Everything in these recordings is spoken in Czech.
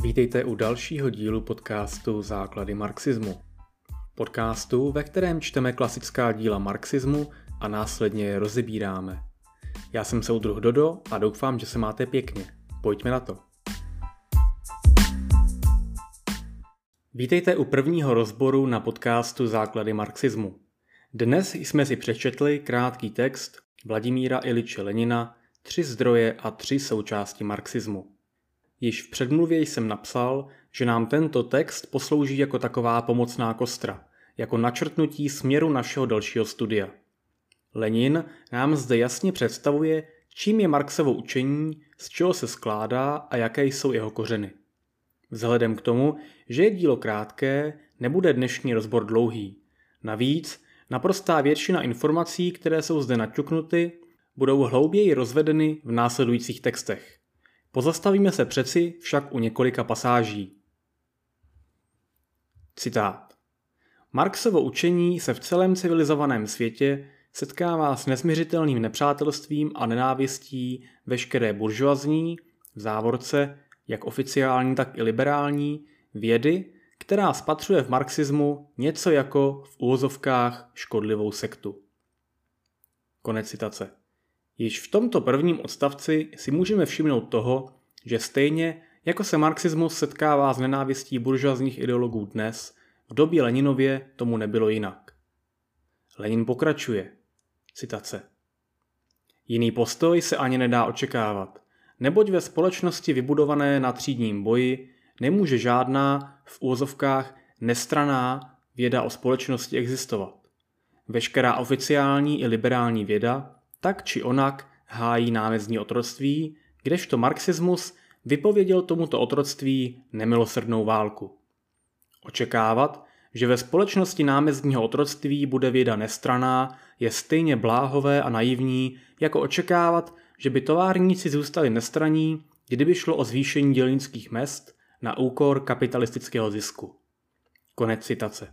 Vítejte u dalšího dílu podcastu Základy marxismu. Podcastu, ve kterém čteme klasická díla marxismu a následně je rozebíráme. Já jsem soudruh Dodo a doufám, že se máte pěkně. Pojďme na to. Vítejte u prvního rozboru na podcastu Základy marxismu. Dnes jsme si přečetli krátký text Vladimíra Iliče Lenina 3 zdroje a 3 součásti marxismu. Již v předmluvě jsem napsal, že nám tento text poslouží jako taková pomocná kostra, jako načrtnutí směru našeho dalšího studia. Lenin nám zde jasně představuje, čím je Marxovo učení, z čeho se skládá a jaké jsou jeho kořeny. Vzhledem k tomu, že je dílo krátké, nebude dnešní rozbor dlouhý. Navíc, naprostá většina informací, které jsou zde naťuknuty, budou hlouběji rozvedeny v následujících textech. Pozastavíme se přeci však u několika pasáží. Citát. Marxovo učení se v celém civilizovaném světě setkává s nesmiřitelným nepřátelstvím a nenávistí veškeré buržoazní, v závorce, jak oficiální, tak i liberální, vědy, která spatřuje v marxismu něco jako v uvozovkách škodlivou sektu. Konec citace. Již v tomto prvním odstavci si můžeme všimnout toho, že stejně jako se marxismus setkává s nenávistí buržoazních ideologů dnes, v době Leninově tomu nebylo jinak. Lenin pokračuje. Citace. Jiný postoj se ani nedá očekávat, neboť ve společnosti vybudované na třídním boji nemůže žádná, v uvozovkách, nestranná věda o společnosti existovat. Veškerá oficiální i liberální věda tak či onak hájí námezní otroctví, kdežto marxismus vypověděl tomuto otroctví nemilosrdnou válku. Očekávat, že ve společnosti námezního otroctví bude věda nestranná, je stejně bláhové a naivní, jako očekávat, že by továrníci zůstali nestranní, kdyby šlo o zvýšení dělnických mezd na úkor kapitalistického zisku. Konec citace.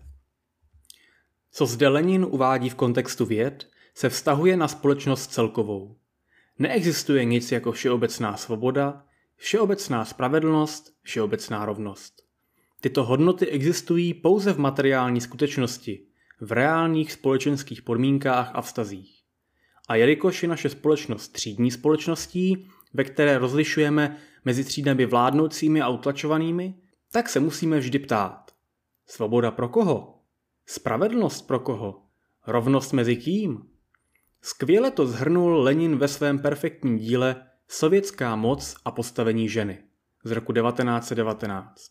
Co zde Lenin uvádí v kontextu věd, se vztahuje na společnost celkovou. Neexistuje nic jako všeobecná svoboda, všeobecná spravedlnost, všeobecná rovnost. Tyto hodnoty existují pouze v materiální skutečnosti, v reálných společenských podmínkách a vztazích. A jelikož je naše společnost třídní společností, ve které rozlišujeme mezi třídami vládnoucími a utlačovanými, tak se musíme vždy ptát. Svoboda pro koho? Spravedlnost pro koho? Rovnost mezi kým? Skvěle to shrnul Lenin ve svém perfektním díle Sovětská moc a postavení ženy z roku 1919.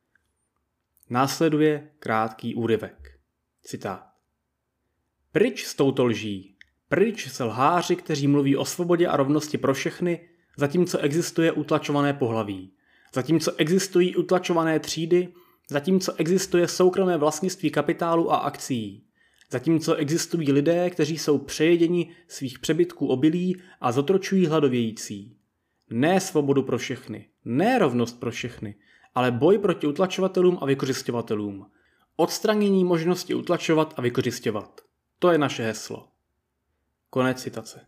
Následuje krátký úryvek. Citát. Pryč s touto lží, pryč se lháři, kteří mluví o svobodě a rovnosti pro všechny, zatímco existuje utlačované pohlaví, zatímco existují utlačované třídy, zatímco existuje soukromé vlastnictví kapitálu a akcií. Zatímco existují lidé, kteří jsou přejeděni svých přebytků obilí a zotročují hladovějící. Ne svobodu pro všechny, ne rovnost pro všechny, ale boj proti utlačovatelům a vykořisťovatelům. Odstranění možnosti utlačovat a vykořisťovat. To je naše heslo. Konec citace.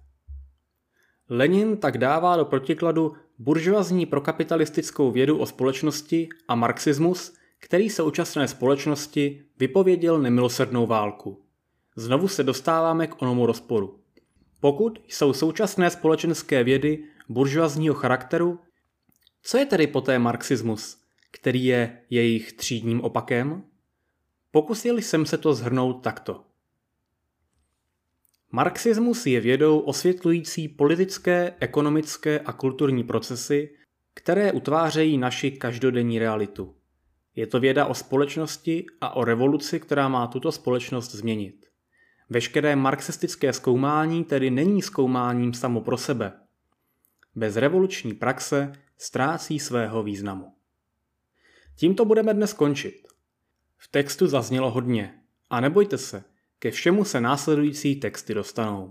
Lenin tak dává do protikladu buržoazní prokapitalistickou vědu o společnosti a marxismus, který současné společnosti vypověděl nemilosrdnou válku. Znovu se dostáváme k onomu rozporu. Pokud jsou současné společenské vědy buržoazního charakteru, co je tedy poté marxismus, který je jejich třídním opakem? Pokusil jsem se to shrnout takto. Marxismus je vědou osvětlující politické, ekonomické a kulturní procesy, které utvářejí naši každodenní realitu. Je to věda o společnosti a o revoluci, která má tuto společnost změnit. Veškeré marxistické zkoumání tedy není zkoumáním samo pro sebe. Bez revoluční praxe ztrácí svého významu. Tímto budeme dnes končit. V textu zaznělo hodně a nebojte se, ke všemu se následující texty dostanou.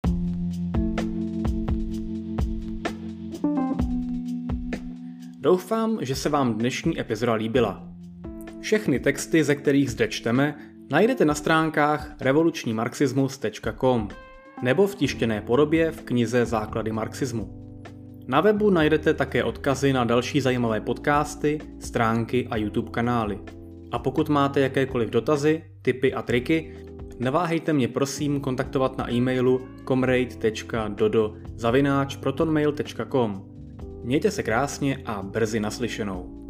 Doufám, že se vám dnešní epizoda líbila. Všechny texty, ze kterých zde čteme, najdete na stránkách revolučnímarxismus.com nebo v tištěné podobě v knize Základy marxismu. Na webu najdete také odkazy na další zajímavé podcasty, stránky a YouTube kanály. A pokud máte jakékoliv dotazy, tipy a triky, neváhejte mě prosím kontaktovat na e-mailu comrade.dodo@protonmail.com. Mějte se krásně a brzy naslyšenou.